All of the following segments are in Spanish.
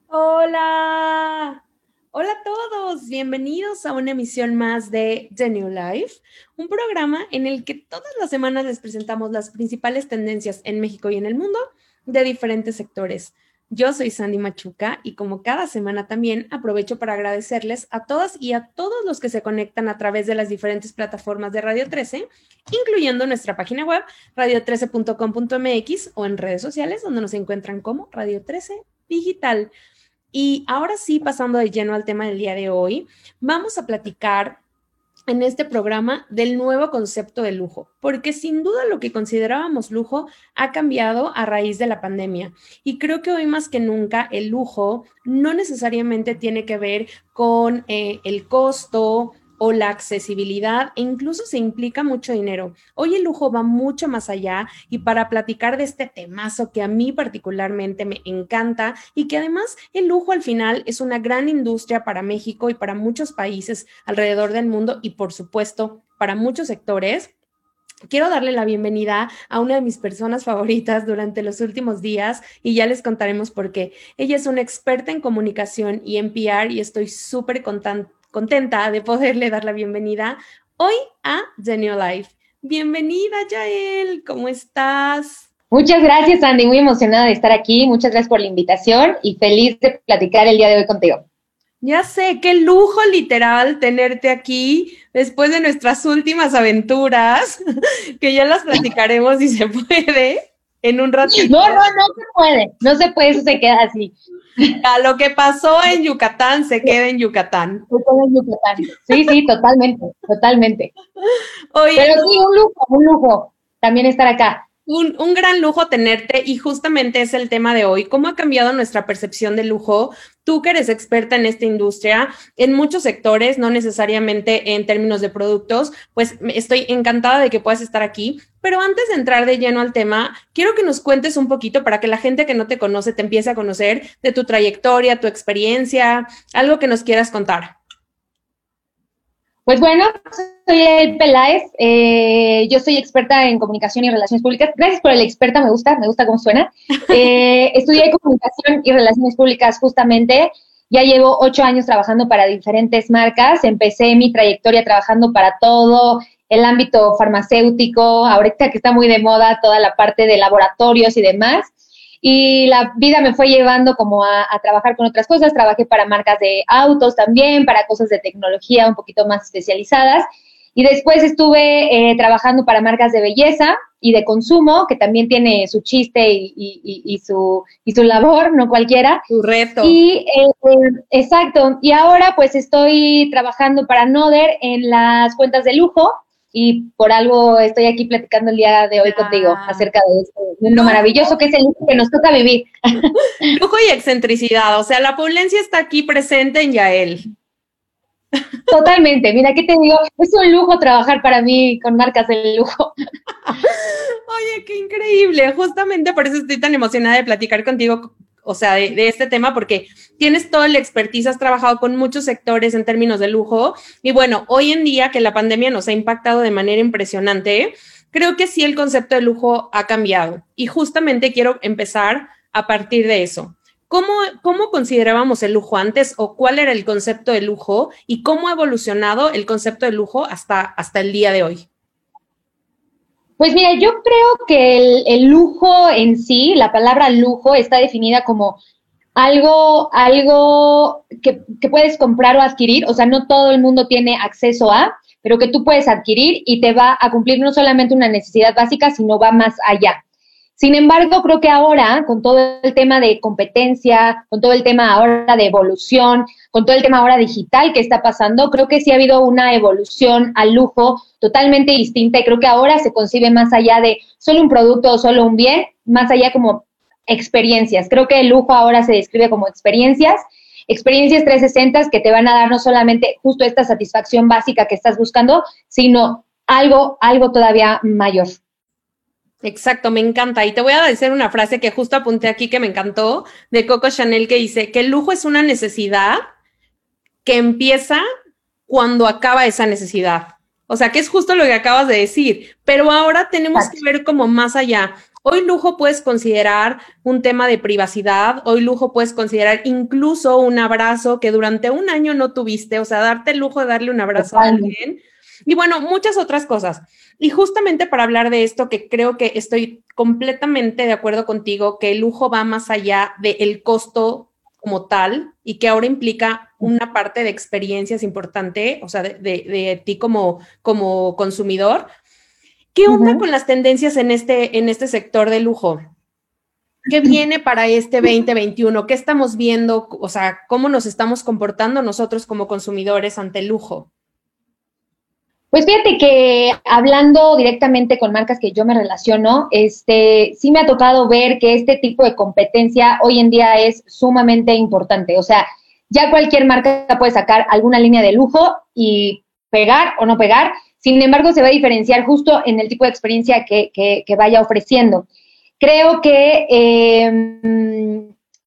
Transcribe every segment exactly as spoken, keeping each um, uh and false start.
Hola, hola a todos, bienvenidos a una emisión más de The New Life, un programa en el que todas las semanas les presentamos las principales tendencias en México y en el mundo de diferentes sectores. Yo soy Sandy Machuca y como cada semana también aprovecho para agradecerles a todas y a todos los que se conectan a través de las diferentes plataformas de Radio trece, incluyendo nuestra página web radio trece punto com punto m x o en redes sociales donde nos encuentran como Radio trece Digital. Y ahora sí, pasando de lleno al tema del día de hoy, vamos a platicar en este programa del nuevo concepto de lujo, porque sin duda lo que considerábamos lujo ha cambiado a raíz de la pandemia. Y creo que hoy más que nunca el lujo no necesariamente tiene que ver con eh, el costo o la accesibilidad, e incluso se implica mucho dinero. Hoy el lujo va mucho más allá y para platicar de este temazo que a mí particularmente me encanta y que además el lujo al final es una gran industria para México y para muchos países alrededor del mundo y por supuesto para muchos sectores. Quiero darle la bienvenida a una de mis personas favoritas durante los últimos días y ya les contaremos por qué. Ella es una experta en comunicación y en P R y estoy súper contenta de poderle dar la bienvenida hoy a The New Life. Bienvenida, Yael, ¿cómo estás? Muchas gracias, Andy. Muy emocionada de estar aquí. Muchas gracias por la invitación y feliz de platicar el día de hoy contigo. Ya sé, qué lujo literal tenerte aquí después de nuestras últimas aventuras, que ya las platicaremos si se puede en un ratito. No, no, no se puede. No se puede, eso se queda así. A lo que pasó en Yucatán se queda en Yucatán. Se queda en Yucatán. Sí, sí, totalmente, totalmente. Oye, Pero sí, un lujo, un lujo también estar acá. Un, un, gran lujo tenerte y justamente es el tema de hoy. ¿Cómo ha cambiado nuestra percepción del lujo? Tú que eres experta en esta industria, en muchos sectores, no necesariamente en términos de productos, pues estoy encantada de que puedas estar aquí. Pero antes de entrar de lleno al tema, quiero que nos cuentes un poquito para que la gente que no te conoce te empiece a conocer de tu trayectoria, tu experiencia, algo que nos quieras contar. Pues bueno, soy El Peláez, eh, yo soy experta en comunicación y relaciones públicas. Gracias por el experta, me gusta, me gusta cómo suena. Eh, estudié comunicación y relaciones públicas justamente. Ya llevo ocho años trabajando para diferentes marcas. Empecé mi trayectoria trabajando para todo el ámbito farmacéutico, ahorita que está muy de moda toda la parte de laboratorios y demás. Y la vida me fue llevando como a, a trabajar con otras cosas. Trabajé para marcas de autos también, para cosas de tecnología un poquito más especializadas. Y después estuve eh, trabajando para marcas de belleza y de consumo, que también tiene su chiste y, y, y, su, y su labor, no cualquiera. Tu reto. Y eh, exacto. Y ahora pues estoy trabajando para Noder en las cuentas de lujo. Y por algo estoy aquí platicando el día de hoy ah. contigo acerca de este mundo no. maravilloso que es el lujo que nos toca vivir. Lujo y excentricidad, o sea, la opulencia está aquí presente en Yael. Totalmente, mira, ¿qué te digo? Es un lujo trabajar para mí con marcas de lujo. Oye, qué increíble, justamente por eso estoy tan emocionada de platicar contigo, o sea, de, de este tema, porque tienes toda la expertise, has trabajado con muchos sectores en términos de lujo, y bueno, hoy en día que la pandemia nos ha impactado de manera impresionante, creo que sí el concepto de lujo ha cambiado, y justamente quiero empezar a partir de eso. ¿Cómo, ¿Cómo considerábamos el lujo antes o cuál era el concepto de lujo y cómo ha evolucionado el concepto de lujo hasta, hasta el día de hoy? Pues mira, yo creo que el, el lujo en sí, la palabra lujo está definida como algo, algo que, que puedes comprar o adquirir, o sea, no todo el mundo tiene acceso a, pero que tú puedes adquirir y te va a cumplir no solamente una necesidad básica, sino va más allá. Sin embargo, creo que ahora, con todo el tema de competencia, con todo el tema ahora de evolución, con todo el tema ahora digital que está pasando, creo que sí ha habido una evolución al lujo totalmente distinta y creo que ahora se concibe más allá de solo un producto o solo un bien, más allá como experiencias. Creo que el lujo ahora se describe como experiencias, experiencias trescientos sesenta que te van a dar no solamente justo esta satisfacción básica que estás buscando, sino algo, algo todavía mayor. Exacto, me encanta. Y te voy a decir una frase que justo apunté aquí que me encantó, de Coco Chanel, que dice que el lujo es una necesidad que empieza cuando acaba esa necesidad. O sea, que es justo lo que acabas de decir, pero ahora tenemos que ver como más allá. Hoy lujo puedes considerar un tema de privacidad, hoy lujo puedes considerar incluso un abrazo que durante un año no tuviste, o sea, darte el lujo de darle un abrazo Totalmente. a alguien. Y bueno, muchas otras cosas. Y justamente para hablar de esto, que creo que estoy completamente de acuerdo contigo, que el lujo va más allá del costo como tal y que ahora implica una parte de experiencias importante, o sea, de, de, de ti como, como consumidor. ¿Qué onda uh-huh. con las tendencias en este, en este sector de lujo? ¿Qué viene para este veinte veintiuno? ¿Qué estamos viendo? O sea, ¿cómo nos estamos comportando nosotros como consumidores ante el lujo? Pues fíjate que hablando directamente con marcas que yo me relaciono, este, sí me ha tocado ver que este tipo de competencia hoy en día es sumamente importante. O sea, ya cualquier marca puede sacar alguna línea de lujo y pegar o no pegar. Sin embargo, se va a diferenciar justo en el tipo de experiencia que, que, que vaya ofreciendo. Creo que eh,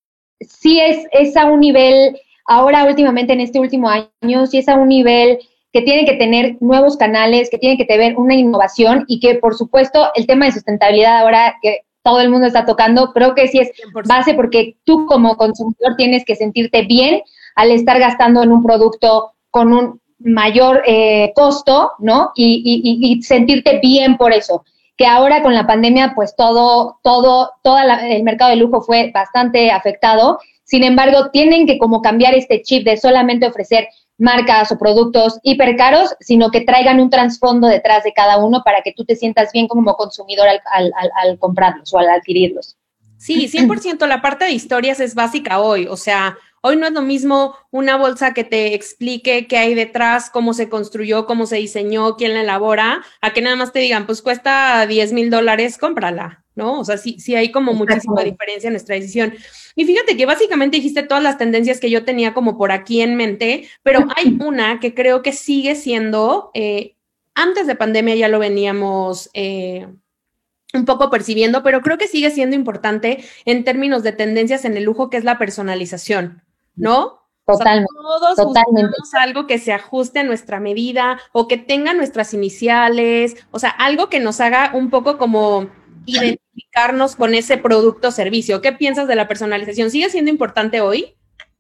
sí es, es a un nivel, ahora últimamente en este último año, sí es a un nivel que tiene que tener nuevos canales, que tiene que tener una innovación y que, por supuesto, el tema de sustentabilidad ahora que todo el mundo está tocando, creo que sí es base porque tú como consumidor tienes que sentirte bien al estar gastando en un producto con un mayor eh, costo, ¿no? Y, y, y sentirte bien por eso. Que ahora con la pandemia, pues todo, todo, todo el mercado de lujo fue bastante afectado. Sin embargo, tienen que como cambiar este chip de solamente ofrecer marcas o productos hipercaros, sino que traigan un trasfondo detrás de cada uno para que tú te sientas bien como consumidor al, al, al, al comprarlos o al adquirirlos. Sí, cien por ciento la parte de historias es básica hoy, o sea, hoy no es lo mismo una bolsa que te explique qué hay detrás, cómo se construyó, cómo se diseñó, quién la elabora, a que nada más te digan, pues cuesta diez mil dólares, cómprala, ¿no? O sea, sí, sí hay como muchísima diferencia en nuestra decisión. Y fíjate que básicamente dijiste todas las tendencias que yo tenía como por aquí en mente, pero hay una que creo que sigue siendo, eh, antes de pandemia ya lo veníamos eh, un poco percibiendo, pero creo que sigue siendo importante en términos de tendencias en el lujo, que es la personalización, ¿no? Totalmente. O sea, todos totalmente. buscamos algo que se ajuste a nuestra medida o que tenga nuestras iniciales, o sea, algo que nos haga un poco como identificarnos con ese producto o servicio. ¿Qué piensas de la personalización? ¿Sigue siendo importante hoy?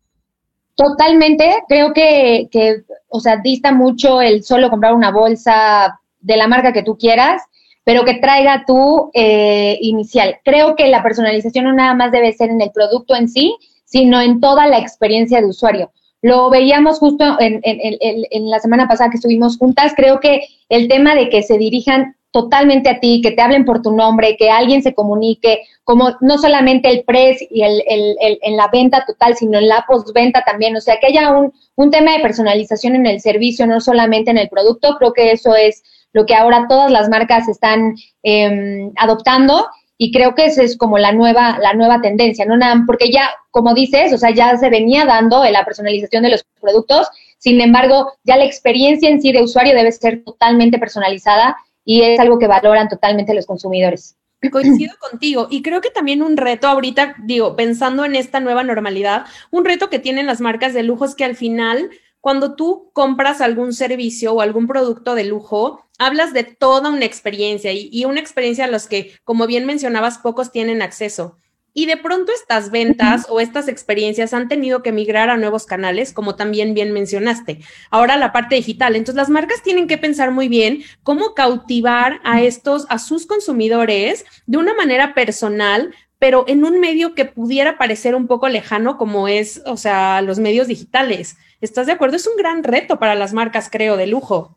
Totalmente. Creo que, que, o sea, dista mucho el solo comprar una bolsa de la marca que tú quieras, pero que traiga tu eh, inicial. Creo que la personalización no nada más debe ser en el producto en sí, sino en toda la experiencia de usuario. Lo veíamos justo en, en, en, en la semana pasada que estuvimos juntas. Creo que el tema de que se dirijan totalmente a ti, que te hablen por tu nombre, que alguien se comunique, como no solamente el precio y el, el, el, en la venta total, sino en la postventa también. O sea, que haya un, un tema de personalización en el servicio, no solamente en el producto. Creo que eso es lo que ahora todas las marcas están eh, adoptando. Y creo que esa es como la nueva, la nueva tendencia, ¿no? Nada, porque ya, como dices, o sea, ya se venía dando en la personalización de los productos. Sin embargo, ya la experiencia en sí de usuario debe ser totalmente personalizada y es algo que valoran totalmente los consumidores. Coincido contigo y creo que también un reto ahorita, digo, pensando en esta nueva normalidad, un reto que tienen las marcas de lujo es que al final, cuando tú compras algún servicio o algún producto de lujo, hablas de toda una experiencia y, y una experiencia a los que, como bien mencionabas, pocos tienen acceso. Y de pronto estas ventas o estas experiencias han tenido que migrar a nuevos canales, como también bien mencionaste. Ahora la parte digital. Entonces las marcas tienen que pensar muy bien cómo cautivar a estos, a sus consumidores de una manera personal, pero en un medio que pudiera parecer un poco lejano como es, o sea, los medios digitales. ¿Estás de acuerdo? Es un gran reto para las marcas, creo, de lujo.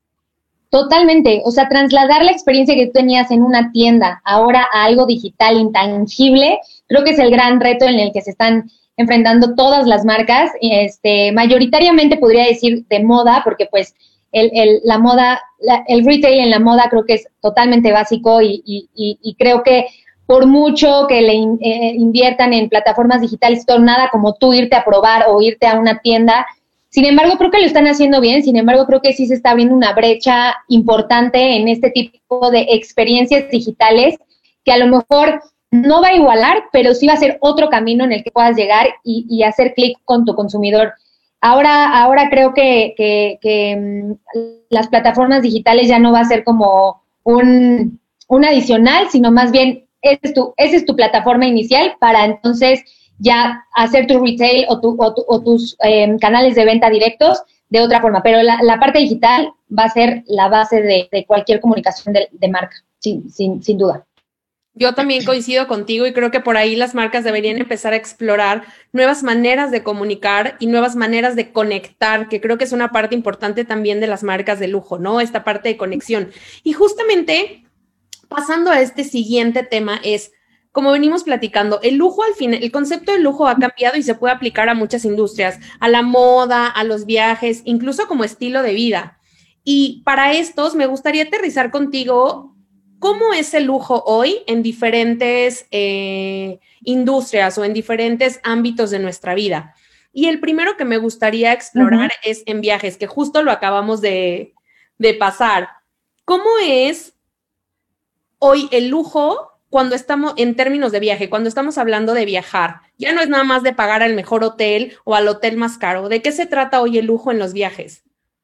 Totalmente, o sea, trasladar la experiencia que tú tenías en una tienda ahora a algo digital intangible, creo que es el gran reto en el que se están enfrentando todas las marcas, este, mayoritariamente podría decir de moda, porque pues el, el, la moda, la, el retail en la moda creo que es totalmente básico y, y, y, y creo que por mucho que le in, eh, inviertan en plataformas digitales, todo nada como tú irte a probar o irte a una tienda. Sin embargo, creo que lo están haciendo bien, sin embargo, creo que sí se está abriendo una brecha importante en este tipo de experiencias digitales que a lo mejor no va a igualar, pero sí va a ser otro camino en el que puedas llegar y, y hacer clic con tu consumidor. Ahora, ahora creo que, que, que um, las plataformas digitales ya no va a ser como un, un adicional, sino más bien ese es tu, esa es tu plataforma inicial para entonces ya hacer tu retail o, tu, o, tu, o tus eh, canales de venta directos de otra forma. Pero la, la parte digital va a ser la base de, de cualquier comunicación de, de marca, sin, sin, sin duda. Yo también coincido contigo y creo que por ahí las marcas deberían empezar a explorar nuevas maneras de comunicar y nuevas maneras de conectar, que creo que es una parte importante también de las marcas de lujo, ¿no? Esta parte de conexión. Y justamente pasando a este siguiente tema es, como venimos platicando, el lujo al final, el concepto de lujo ha cambiado y se puede aplicar a muchas industrias, a la moda, a los viajes, incluso como estilo de vida. Y para estos me gustaría aterrizar contigo. ¿Cómo es el lujo hoy en diferentes eh, industrias o en diferentes ámbitos de nuestra vida? Y el primero que me gustaría explorar uh-huh. es en viajes, que justo lo acabamos de, de pasar. ¿Cómo es hoy el lujo cuando estamos en términos de viaje, cuando estamos hablando de viajar? Ya no es nada más de pagar al mejor hotel o al hotel más caro. ¿De qué se trata hoy el lujo en los viajes?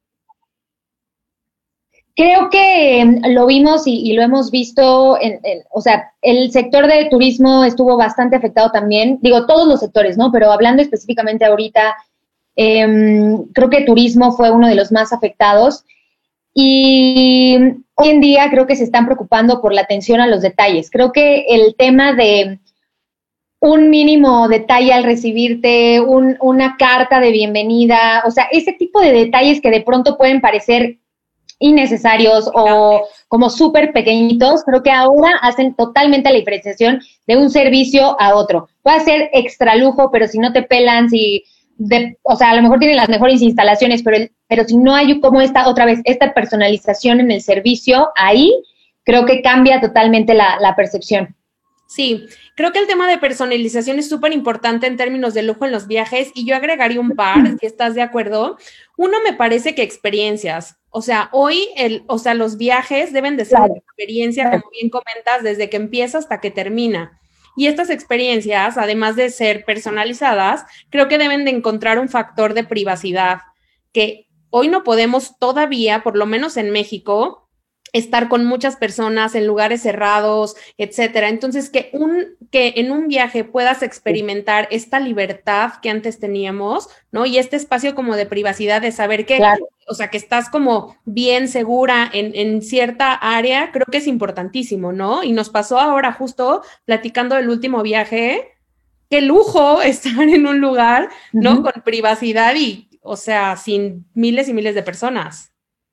Creo que lo vimos y, y lo hemos visto, en, en, o sea, el sector de turismo estuvo bastante afectado también, digo, todos los sectores, ¿no? Pero hablando específicamente ahorita, eh, creo que turismo fue uno de los más afectados y hoy en día creo que se están preocupando por la atención a los detalles. Creo que el tema de un mínimo detalle al recibirte, un, una carta de bienvenida, o sea, ese tipo de detalles que de pronto pueden parecer innecesarios o como súper pequeñitos, creo que ahora hacen totalmente la diferenciación de un servicio a otro. Puede ser extra lujo, pero si no te pelan, si, de, o sea, a lo mejor tienen las mejores instalaciones, pero, pero si no hay como esta, otra vez, esta personalización en el servicio, ahí creo que cambia totalmente la, la percepción. Sí, creo que el tema de personalización es súper importante en términos de lujo en los viajes y yo agregaría un par, si estás de acuerdo. Uno, me parece que experiencias. O sea, hoy, el, o sea, los viajes deben de ser claro. una experiencia, como bien comentas, desde que empieza hasta que termina. Y estas experiencias, además de ser personalizadas, creo que deben de encontrar un factor de privacidad, que hoy no podemos todavía, por lo menos en México, estar con muchas personas en lugares cerrados, etcétera. Entonces, que, un, que en un viaje puedas experimentar esta libertad que antes teníamos, ¿no? Y este espacio como de privacidad, de saber que, claro. o sea, que estás como bien segura en, en cierta área, creo que es importantísimo, ¿no? Y nos pasó ahora justo platicando del último viaje, qué lujo estar en un lugar, ¿no? Uh-huh. Con privacidad y, o sea, sin miles y miles de personas.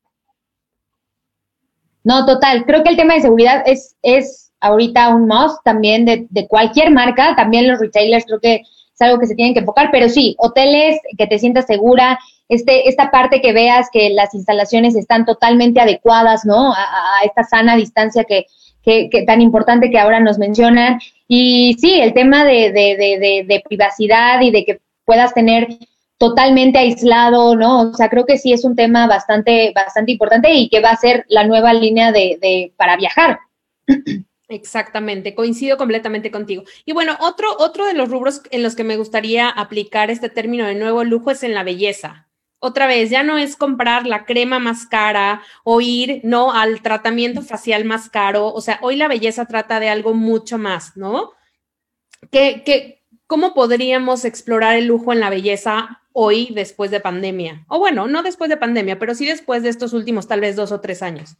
No, total. Creo que el tema de seguridad es, es ahorita un must también de, de cualquier marca. También los retailers creo que es algo que se tienen que enfocar. Pero sí, hoteles, que te sientas segura, este, esta parte que veas que las instalaciones están totalmente adecuadas, ¿no? A, a esta sana distancia que, que, que tan importante que ahora nos mencionan. Y sí, el tema de, de, de, de, de privacidad y de que puedas tener totalmente aislado, ¿no? O sea, creo que sí es un tema bastante, bastante importante y que va a ser la nueva línea de, de para viajar. Exactamente, coincido completamente contigo. Y bueno, otro, otro de los rubros en los que me gustaría aplicar este término de nuevo lujo es en la belleza. Otra vez, ya no es comprar la crema más cara o ir, ¿no?, al tratamiento facial más caro. O sea, hoy la belleza trata de algo mucho más, ¿no? Que, que, ¿cómo podríamos explorar el lujo en la belleza hoy después de pandemia? O bueno, no después de pandemia, pero sí después de estos últimos tal vez dos o tres años.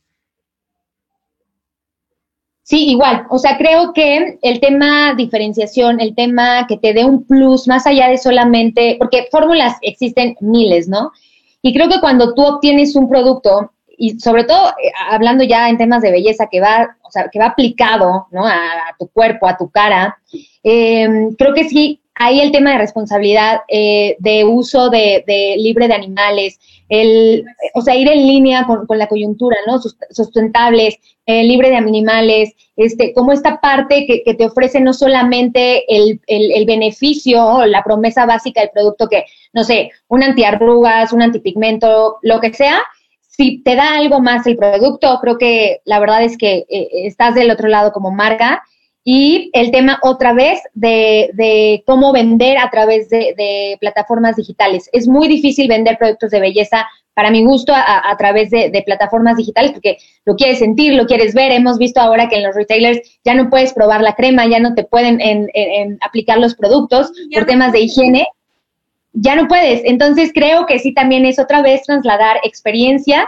Sí, igual. O sea, creo que el tema diferenciación, el tema que te dé un plus más allá de solamente, porque fórmulas existen miles, ¿no? Y creo que cuando tú obtienes un producto, y sobre todo eh, hablando ya en temas de belleza que va, o sea, que va aplicado, ¿no?, a, a tu cuerpo, a tu cara, eh, creo que sí. Ahí el tema de responsabilidad, eh, de uso de, de libre de animales, el, o sea, ir en línea con, con la coyuntura, ¿no? Sustentables, eh, libre de animales, este, como esta parte que, que te ofrece no solamente el, el, el beneficio o la promesa básica del producto que, no sé, un antiarrugas, un antipigmento, lo que sea, si te da algo más el producto, creo que la verdad es que eh, estás del otro lado como marca. Y el tema otra vez de, de cómo vender a través de, de plataformas digitales. Es muy difícil vender productos de belleza para mi gusto, a, a través de, de plataformas digitales, porque lo quieres sentir, lo quieres ver. Hemos visto ahora que en los retailers ya no puedes probar la crema, ya no te pueden en, en, en aplicar los productos ya por no temas puedes. de higiene. Ya no puedes. Entonces, creo que sí también es otra vez trasladar experiencias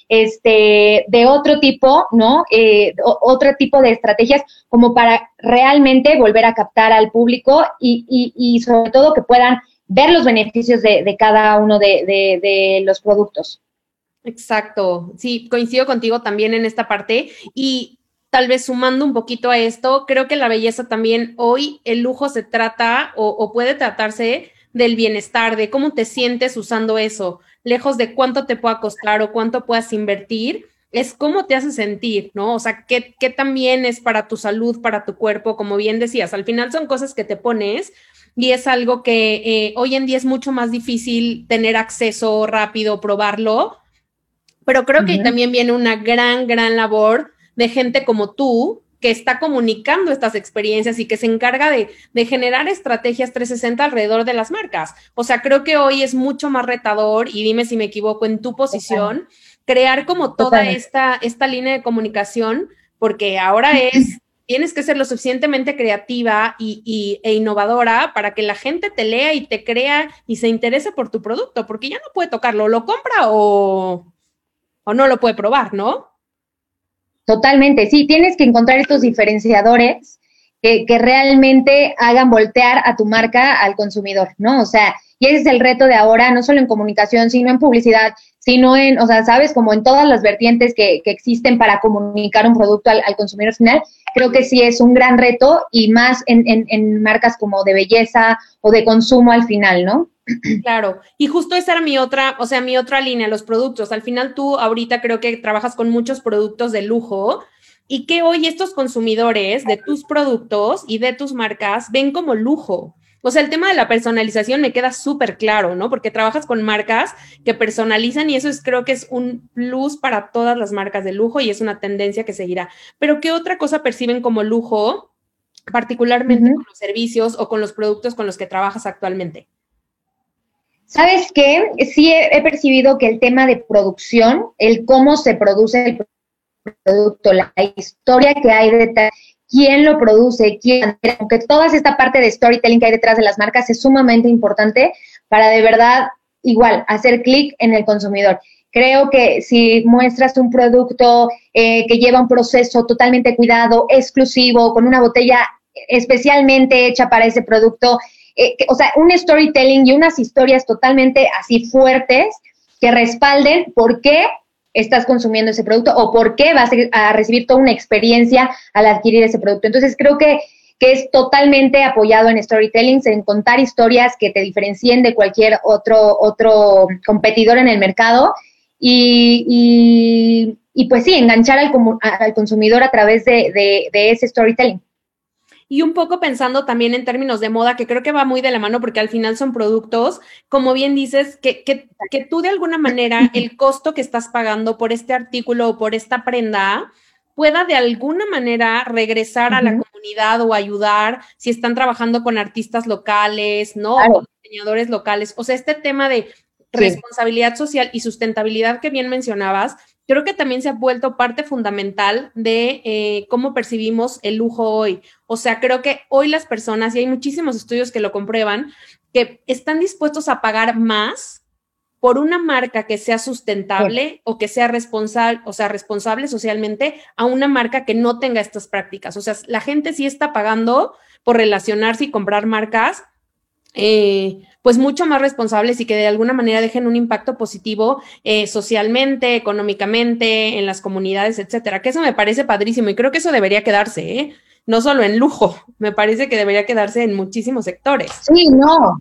este, de otro tipo, ¿no? Eh, o, otro tipo de estrategias como para realmente volver a captar al público y, y, y sobre todo que puedan ver los beneficios de, de cada uno de, de, de los productos. Exacto. Sí, coincido contigo también en esta parte y tal vez sumando un poquito a esto, creo que la belleza también hoy, el lujo se trata o, o puede tratarse del bienestar, de cómo te sientes usando eso, lejos de cuánto te pueda costar o cuánto puedas invertir, es cómo te hace sentir, ¿no? O sea, qué, qué también es para tu salud, para tu cuerpo, como bien decías, al final son cosas que te pones y es algo que eh, hoy en día es mucho más difícil tener acceso rápido, probarlo, pero creo que uh-huh. también viene una gran, gran labor de gente como tú, que está comunicando estas experiencias y que se encarga de, de generar estrategias trescientos sesenta alrededor de las marcas. O sea, creo que hoy es mucho más retador, y dime si me equivoco, en tu posición, Total. crear como toda esta, esta línea de comunicación, porque ahora es, tienes que ser lo suficientemente creativa y, y, e innovadora para que la gente te lea y te crea y se interese por tu producto, porque ya no puede tocarlo, lo compra o, o no lo puede probar, ¿no? Totalmente, sí, tienes que encontrar estos diferenciadores que, que realmente hagan voltear a tu marca al consumidor, ¿no? O sea, y ese es el reto de ahora, no solo en comunicación, sino en publicidad, sino en, o sea, sabes, como en todas las vertientes que, que existen para comunicar un producto al, al consumidor final, creo que sí es un gran reto y más en, en, en marcas como de belleza o de consumo al final, ¿no? Claro, y justo esa era mi otra, o sea, mi otra línea, los productos. Al final tú ahorita creo que trabajas con muchos productos de lujo y que hoy estos consumidores de tus productos y de tus marcas ven como lujo. O sea, el tema de la personalización me queda súper claro, ¿no? Porque trabajas con marcas que personalizan y eso es, creo que es un plus para todas las marcas de lujo y es una tendencia que seguirá. Pero ¿qué otra cosa perciben como lujo, particularmente uh-huh. con los servicios o con los productos con los que trabajas actualmente? ¿Sabes qué? Sí he, he percibido que el tema de producción, el cómo se produce el producto, la historia que hay detrás, quién lo produce, quién, aunque toda esta parte de storytelling que hay detrás de las marcas es sumamente importante para de verdad, igual, hacer clic en el consumidor. Creo que si muestras un producto eh, que lleva un proceso totalmente cuidado, exclusivo, con una botella especialmente hecha para ese producto, Eh, que, o sea, un storytelling y unas historias totalmente así fuertes que respalden por qué estás consumiendo ese producto o por qué vas a recibir toda una experiencia al adquirir ese producto. Entonces, creo que, que es totalmente apoyado en storytelling, en contar historias que te diferencien de cualquier otro, otro competidor en el mercado y, y, y pues sí, enganchar al, al consumidor a través de, de, de ese storytelling. Y un poco pensando también en términos de moda, que creo que va muy de la mano porque al final son productos, como bien dices, que, que, que tú de alguna manera el costo que estás pagando por este artículo o por esta prenda pueda de alguna manera regresar uh-huh. a la comunidad o ayudar si están trabajando con artistas locales, ¿no? Claro. O con diseñadores locales. O sea, este tema de sí. responsabilidad social y sustentabilidad que bien mencionabas, creo que también se ha vuelto parte fundamental de eh, cómo percibimos el lujo hoy. O sea, creo que hoy las personas, y hay muchísimos estudios que lo comprueban, que están dispuestos a pagar más por una marca que sea sustentable sí. o que sea responsable, o sea, responsable socialmente a una marca que no tenga estas prácticas. O sea, la gente sí está pagando por relacionarse y comprar marcas Eh, pues mucho más responsables y que de alguna manera dejen un impacto positivo eh, socialmente, económicamente, en las comunidades, etcétera, que eso me parece padrísimo y creo que eso debería quedarse, ¿eh? No solo en lujo, me parece que debería quedarse en muchísimos sectores. Sí, no.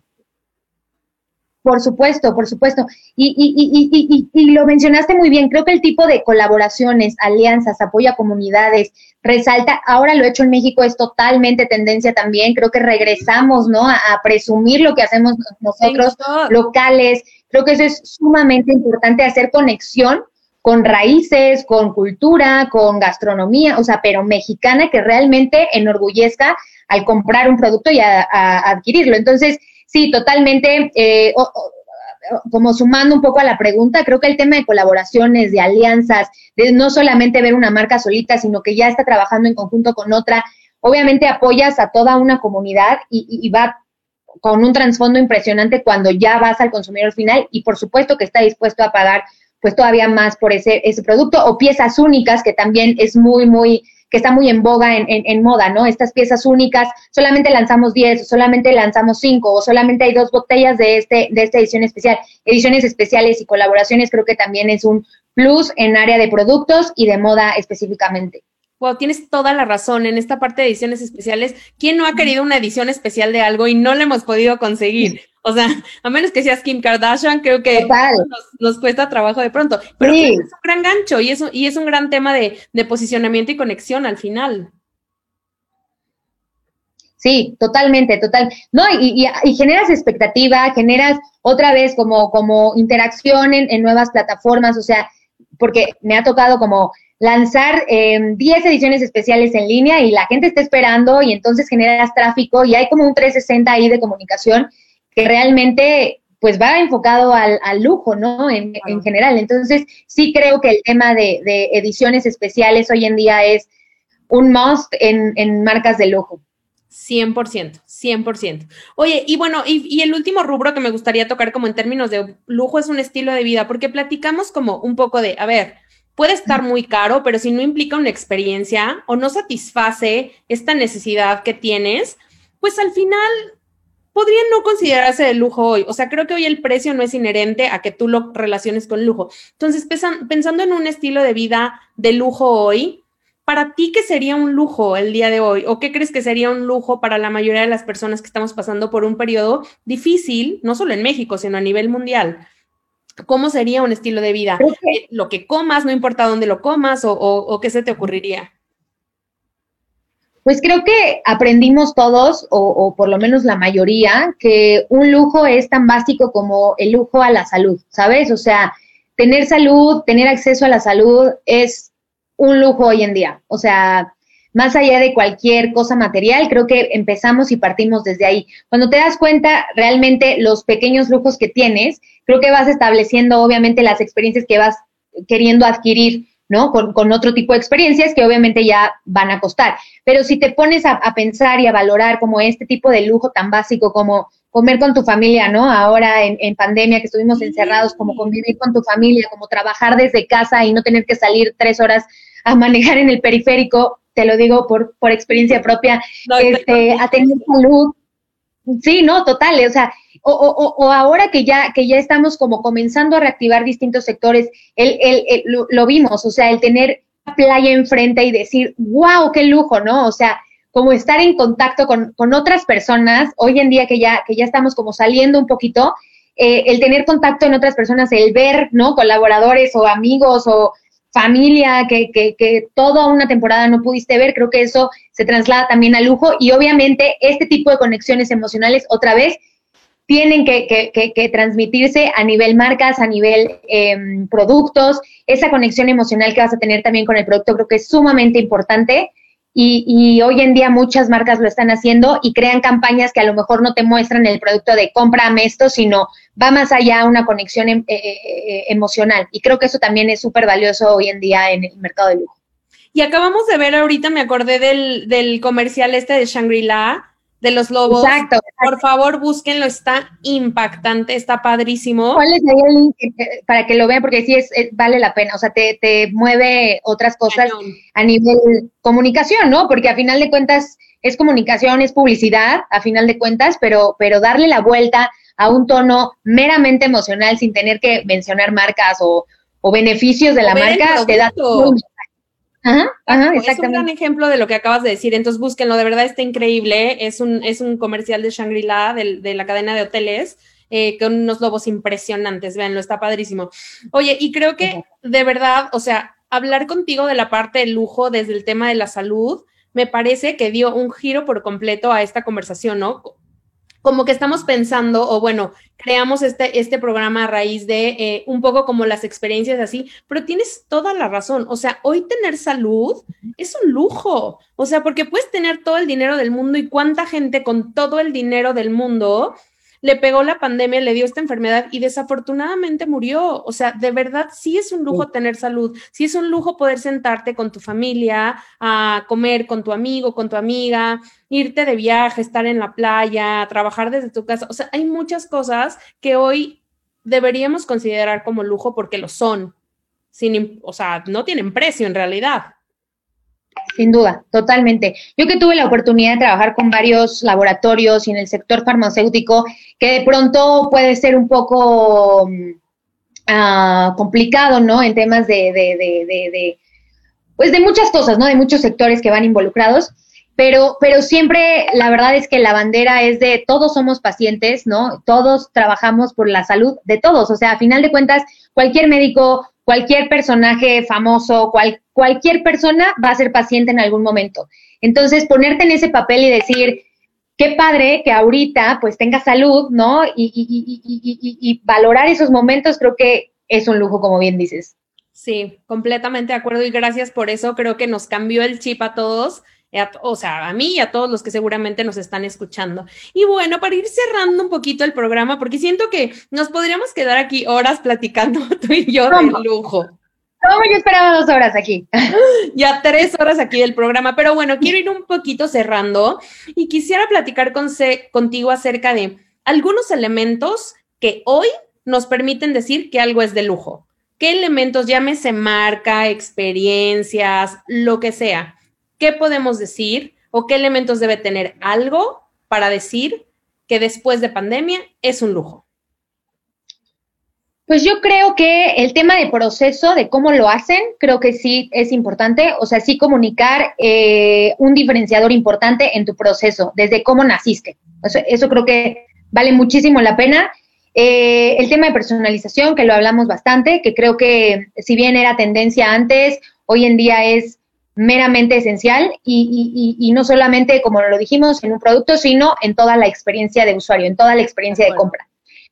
Por supuesto, por supuesto. Y, y, y, y, y, y lo mencionaste muy bien. Creo que el tipo de colaboraciones, alianzas, apoyo a comunidades, resalta, ahora lo hecho en México es totalmente tendencia también. Creo que regresamos, ¿no? A, a presumir lo que hacemos nosotros locales. Creo que eso es sumamente importante, hacer conexión con raíces, con cultura, con gastronomía, o sea, pero mexicana, que realmente enorgullezca al comprar un producto y a, a adquirirlo. Entonces, sí, totalmente. Eh, o, o, como sumando un poco a la pregunta, creo que el tema de colaboraciones, de alianzas, de no solamente ver una marca solita, sino que ya está trabajando en conjunto con otra, obviamente apoyas a toda una comunidad y, y, y va con un trasfondo impresionante cuando ya vas al consumidor final y por supuesto que está dispuesto a pagar pues todavía más por ese, ese producto o piezas únicas que también es muy, muy, que está muy en boga en, en, en moda, ¿no? Estas piezas únicas, solamente lanzamos diez, o solamente lanzamos cinco, o solamente hay dos botellas de, este, de esta edición especial. Ediciones especiales y colaboraciones creo que también es un plus en área de productos y de moda específicamente. Wow, tienes toda la razón. En esta parte de ediciones especiales, ¿quién no ha querido una edición especial de algo y no la hemos podido conseguir? O sea, a menos que seas Kim Kardashian, creo que nos, nos cuesta trabajo de pronto. Pero sí, es un gran gancho y es, y es un gran tema de, de posicionamiento y conexión al final. Sí, totalmente, total. No, y, y, y generas expectativa, generas otra vez como, como interacción en, en nuevas plataformas, o sea, porque me ha tocado como lanzar eh, diez ediciones especiales en línea y la gente está esperando y entonces generas tráfico y hay como un trescientos sesenta ahí de comunicación que realmente pues va enfocado al, al lujo, ¿no? En, claro. en general. Entonces sí creo que el tema de, de ediciones especiales hoy en día es un must en, en marcas de lujo. cien por ciento, cien por ciento. Oye, y bueno, y, y el último rubro que me gustaría tocar como en términos de lujo es un estilo de vida, porque platicamos como un poco de, a ver, puede estar muy caro, pero si no implica una experiencia o no satisface esta necesidad que tienes, pues al final podría no considerarse de lujo hoy. O sea, creo que hoy el precio no es inherente a que tú lo relaciones con lujo. Entonces, pesan, pensando en un estilo de vida de lujo hoy, ¿para ti qué sería un lujo el día de hoy? ¿O qué crees que sería un lujo para la mayoría de las personas que estamos pasando por un periodo difícil, no solo en México, sino a nivel mundial? ¿Cómo sería un estilo de vida? Que, lo que comas, no importa dónde lo comas, o, o, o qué se te ocurriría. Pues creo que aprendimos todos, o, o por lo menos la mayoría, que un lujo es tan básico como el lujo a la salud, ¿sabes? O sea, tener salud, tener acceso a la salud es un lujo hoy en día. O sea, más allá de cualquier cosa material, creo que empezamos y partimos desde ahí. Cuando te das cuenta realmente los pequeños lujos que tienes, creo que vas estableciendo obviamente las experiencias que vas queriendo adquirir, ¿no? Con, con otro tipo de experiencias que obviamente ya van a costar. Pero si te pones a, a pensar y a valorar como este tipo de lujo tan básico como comer con tu familia, ¿no? Ahora en, en pandemia que estuvimos encerrados, como convivir con tu familia, como trabajar desde casa y no tener que salir tres horas a manejar en el periférico, te lo digo por, por experiencia propia, no, este, a tener salud. Sí, no, total, o sea, o, o, o ahora que ya, que ya estamos como comenzando a reactivar distintos sectores, el, el, el, lo, lo vimos, o sea, el tener playa enfrente y decir, wow, qué lujo, ¿no? O sea, como estar en contacto con, con otras personas, hoy en día que ya, que ya estamos como saliendo un poquito, eh, el tener contacto en otras personas, el ver, ¿no? Colaboradores o amigos o familia que, que, que toda una temporada no pudiste ver, creo que eso se traslada también al lujo y obviamente este tipo de conexiones emocionales otra vez tienen que, que, que, que transmitirse a nivel marcas, a nivel eh, productos, esa conexión emocional que vas a tener también con el producto creo que es sumamente importante y, y hoy en día muchas marcas lo están haciendo y crean campañas que a lo mejor no te muestran el producto de cómprame esto, sino va más allá una conexión eh, eh, emocional. Y creo que eso también es súper valioso hoy en día en el mercado de lujo. Y acabamos de ver ahorita, me acordé del, del comercial este de Shangri-La, de los lobos. Exacto. Por favor, búsquenlo, está impactante, está padrísimo. ¿Cuál es ahí el link para que lo vean? Porque sí, es, es vale la pena, o sea, te, te mueve otras cosas Cañón. A nivel comunicación, ¿no? Porque a final de cuentas es comunicación, es publicidad, a final de cuentas, pero, pero darle la vuelta a un tono meramente emocional sin tener que mencionar marcas o, o beneficios de la marca, te da todo. Ajá, ajá, es un gran ejemplo de lo que acabas de decir, entonces búsquenlo, de verdad está increíble, es un, es un comercial de Shangri-La, de, de la cadena de hoteles, eh, con unos lobos impresionantes, véanlo, está padrísimo. Oye, y creo que de verdad, o sea, hablar contigo de la parte del lujo desde el tema de la salud, me parece que dio un giro por completo a esta conversación, ¿no? Como que estamos pensando, o bueno, creamos este, este programa a raíz de eh, un poco como las experiencias así, pero tienes toda la razón, o sea, hoy tener salud es un lujo, o sea, porque puedes tener todo el dinero del mundo y cuánta gente con todo el dinero del mundo le pegó la pandemia, le dio esta enfermedad y desafortunadamente murió. O sea, de verdad sí es un lujo tener salud, sí es un lujo poder sentarte con tu familia a comer con tu amigo, con tu amiga, irte de viaje, estar en la playa, trabajar desde tu casa. O sea, hay muchas cosas que hoy deberíamos considerar como lujo porque lo son, sin, o sea, no tienen precio en realidad. Sin duda, totalmente. Yo que tuve la oportunidad de trabajar con varios laboratorios y en el sector farmacéutico, que de pronto puede ser un poco uh, complicado, ¿no? En temas de, de, de, de, de, pues de muchas cosas, ¿no? De muchos sectores que van involucrados. Pero, pero siempre la verdad es que la bandera es de todos somos pacientes, ¿no? Todos trabajamos por la salud de todos. O sea, a final de cuentas, cualquier médico, cualquier personaje famoso, cual, cualquier persona va a ser paciente en algún momento. Entonces, ponerte en ese papel y decir, qué padre que ahorita pues tenga salud, ¿no? Y, y, y, y, y, y valorar esos momentos creo que es un lujo, como bien dices. Sí, completamente de acuerdo y gracias por eso. Creo que nos cambió el chip a todos. O sea, a mí y a todos los que seguramente nos están escuchando. Y bueno, para ir cerrando un poquito el programa, porque siento que nos podríamos quedar aquí horas platicando tú y yo de lujo. No, yo esperaba dos horas aquí. Ya tres horas aquí del programa, pero bueno, quiero ir un poquito cerrando y quisiera platicar con C, contigo acerca de algunos elementos que hoy nos permiten decir que algo es de lujo. ¿Qué elementos, llámese marca, experiencias, lo que sea? ¿Qué podemos decir o qué elementos debe tener algo para decir que después de pandemia es un lujo? Pues yo creo que el tema de proceso, de cómo lo hacen, creo que sí es importante. O sea, sí comunicar eh, un diferenciador importante en tu proceso, desde cómo naciste. Eso, eso creo que vale muchísimo la pena. Eh, el tema de personalización, que lo hablamos bastante, que creo que si bien era tendencia antes, hoy en día es meramente esencial y, y, y no solamente, como lo dijimos, en un producto, sino en toda la experiencia de usuario, en toda la experiencia de compra.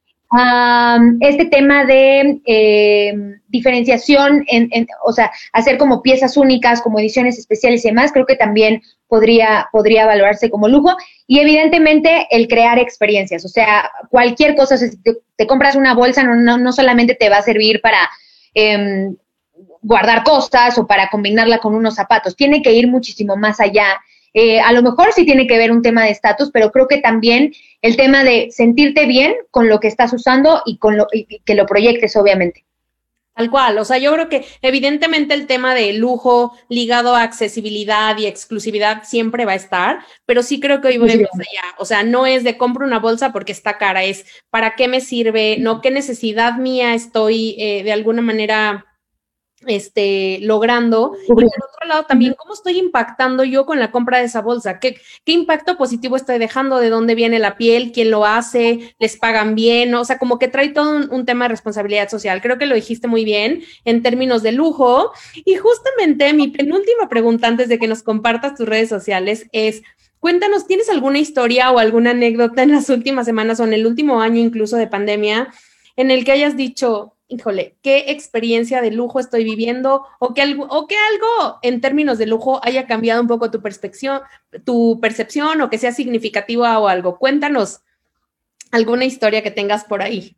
Um, este tema de eh, diferenciación, en, en, o sea, hacer como piezas únicas, como ediciones especiales y demás, creo que también podría, podría valorarse como lujo. Y evidentemente el crear experiencias, o sea, cualquier cosa, o sea, si te, te compras una bolsa, no, no, no solamente te va a servir para eh, guardar cosas o para combinarla con unos zapatos, tiene que ir muchísimo más allá. Eh, a lo mejor sí tiene que ver un tema de estatus, pero creo que también el tema de sentirte bien con lo que estás usando y con lo y que lo proyectes, obviamente. Tal cual, o sea, yo creo que evidentemente el tema de lujo ligado a accesibilidad y exclusividad siempre va a estar, pero sí creo que hoy voy más allá, o sea, no es de compro una bolsa porque está cara, es para qué me sirve, no qué necesidad mía estoy eh, de alguna manera este, logrando, y por otro lado también cómo estoy impactando yo con la compra de esa bolsa, qué, qué impacto positivo estoy dejando, de dónde viene la piel, quién lo hace, les pagan bien, o sea, como que trae todo un, un tema de responsabilidad social. Creo que lo dijiste muy bien en términos de lujo. Y justamente mi penúltima pregunta antes de que nos compartas tus redes sociales es, cuéntanos, ¿tienes alguna historia o alguna anécdota en las últimas semanas o en el último año incluso de pandemia en el que hayas dicho, híjole, qué experiencia de lujo estoy viviendo, o que algo, o que algo en términos de lujo haya cambiado un poco tu percepción, tu percepción, o que sea significativa o algo? Cuéntanos alguna historia que tengas por ahí.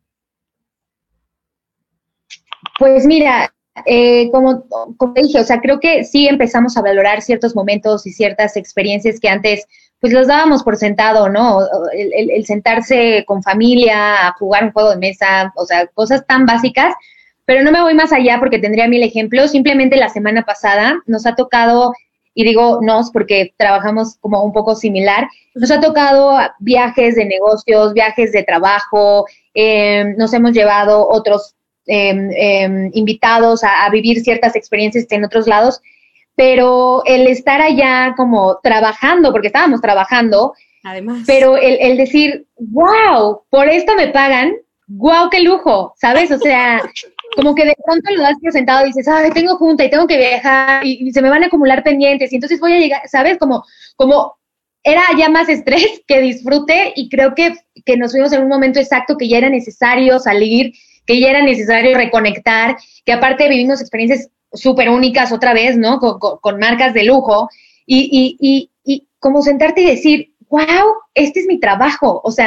Pues mira, eh, como, como te dije, o sea, creo que sí empezamos a valorar ciertos momentos y ciertas experiencias que antes pues los dábamos por sentado, ¿no? El, el, el sentarse con familia, a jugar un juego de mesa, o sea, cosas tan básicas, pero no me voy más allá porque tendría mil ejemplos. Simplemente la semana pasada nos ha tocado, y digo nos porque trabajamos como un poco similar, nos ha tocado viajes de negocios, viajes de trabajo, eh, nos hemos llevado otros eh, eh, invitados a, a vivir ciertas experiencias en otros lados, pero el estar allá como trabajando, porque estábamos trabajando, además, pero el, el decir, wow, por esto me pagan, wow, qué lujo, ¿sabes? O sea, como que de pronto lo das por sentado y dices, ay, tengo junta y tengo que viajar y, y se me van a acumular pendientes y entonces voy a llegar, ¿sabes? Como, como era ya más estrés que disfrute y creo que, que nos fuimos en un momento exacto que ya era necesario salir, que ya era necesario reconectar, que aparte vivimos experiencias súper únicas otra vez, ¿no? Con, con, con marcas de lujo y, y, y, y como sentarte y decir, wow, este es mi trabajo, o sea,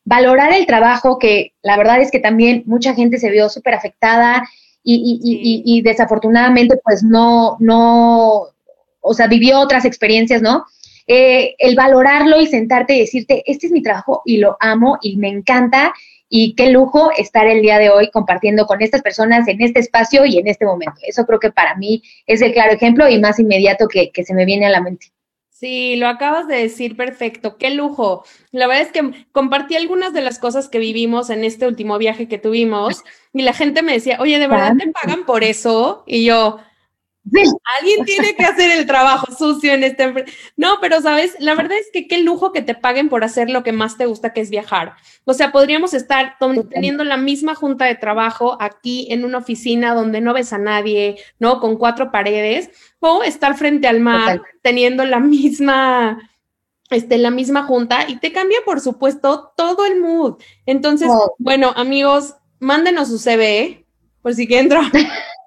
valorar el trabajo, que la verdad es que también mucha gente se vio súper afectada y, y, sí. y, y, y desafortunadamente pues no, no, o sea, vivió otras experiencias, ¿no? Eh, el valorarlo y sentarte y decirte, este es mi trabajo y lo amo y me encanta y qué lujo estar el día de hoy compartiendo con estas personas en este espacio y en este momento. Eso creo que para mí es el claro ejemplo y más inmediato que, que se me viene a la mente. Sí, lo acabas de decir perfecto, qué lujo. La verdad es que compartí algunas de las cosas que vivimos en este último viaje que tuvimos y la gente me decía, oye, ¿de verdad te pagan por eso? Y yo, sí. Alguien tiene que hacer el trabajo sucio en este... No, pero sabes, la verdad es que qué lujo que te paguen por hacer lo que más te gusta, que es viajar. O sea, podríamos estar teniendo la misma junta de trabajo aquí en una oficina donde no ves a nadie, ¿no? Con cuatro paredes, o estar frente al mar Total. Teniendo la misma... Este, la misma junta y te cambia, por supuesto, todo el mood. Entonces, oh. bueno, amigos, mándenos su C V, por si quieren trabajar.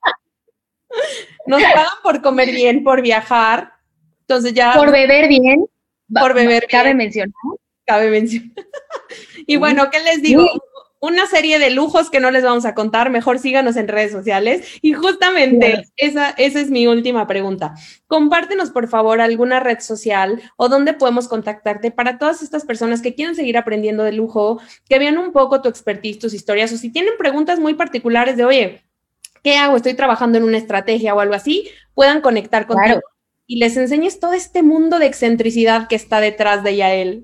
Nos pagan por comer bien, por viajar. Entonces ya. Por beber bien. Por beber cabe bien. mencionar. Cabe mencionar. Y bueno, ¿qué les digo? Sí. Una serie de lujos que no les vamos a contar. Mejor síganos en redes sociales. Y justamente sí. esa, esa es mi última pregunta. Compártenos, por favor, alguna red social o dónde podemos contactarte para todas estas personas que quieren seguir aprendiendo de lujo, que vean un poco tu expertise, tus historias, o si tienen preguntas muy particulares de, oye, ¿qué hago? Estoy trabajando en una estrategia o algo así, puedan conectar contigo claro. y les enseñes todo este mundo de excentricidad que está detrás de Yael.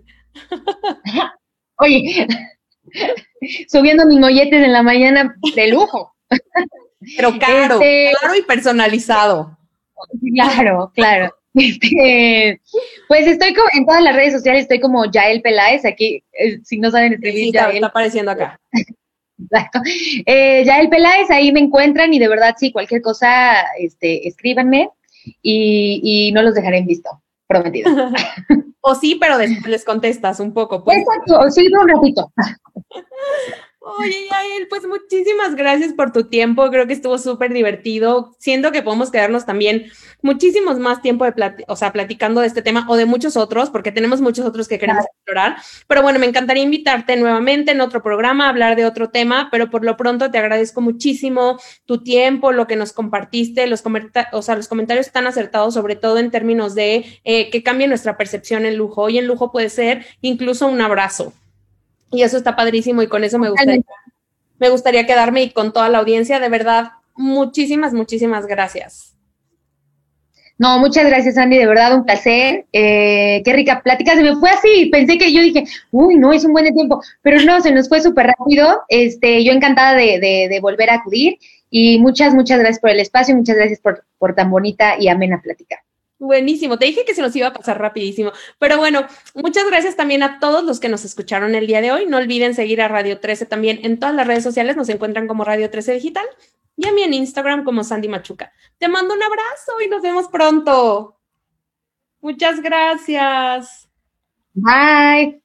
Oye, subiendo mis molletes en la mañana de lujo. Pero caro, este... caro y personalizado. Claro, claro. Este, pues estoy como, en todas las redes sociales estoy como Yael Peláez, aquí, eh, si no saben escribir, sí, Yael. Está apareciendo acá. Exacto. Eh, Yael Peláez, ahí me encuentran y de verdad, sí, cualquier cosa, este, escríbanme y, y no los dejaré en visto, prometido. O sí, pero después les contestas un poco. Pues. Exacto, o sí, un ratito. Oye, Yael, pues muchísimas gracias por tu tiempo, creo que estuvo súper divertido, siento que podemos quedarnos también muchísimos más tiempo de plati- o sea, platicando de este tema o de muchos otros, porque tenemos muchos otros que queremos claro. explorar, pero bueno, me encantaría invitarte nuevamente en otro programa a hablar de otro tema, pero por lo pronto te agradezco muchísimo tu tiempo, lo que nos compartiste, los, comenta- o sea, los comentarios tan acertados, sobre todo en términos de eh, que cambie nuestra percepción en lujo, y en lujo puede ser incluso un abrazo. Y eso está padrísimo y con eso me gustaría, me gustaría quedarme y con toda la audiencia. De verdad, muchísimas, muchísimas gracias. No, muchas gracias, Andy, de verdad un placer. Eh, qué rica plática. Se me fue así, pensé que yo dije, uy, no, es un buen tiempo, pero no, se nos fue súper rápido. Este, yo encantada de, de, de volver a acudir y muchas, muchas gracias por el espacio, muchas gracias por, por tan bonita y amena plática. Buenísimo, te dije que se nos iba a pasar rapidísimo, pero bueno, muchas gracias también a todos los que nos escucharon el día de hoy. No olviden seguir a Radio trece también en todas las redes sociales, nos encuentran como Radio trece Digital y a mí en Instagram como Sandy Machuca. Te mando un abrazo y nos vemos pronto. Muchas gracias. Bye.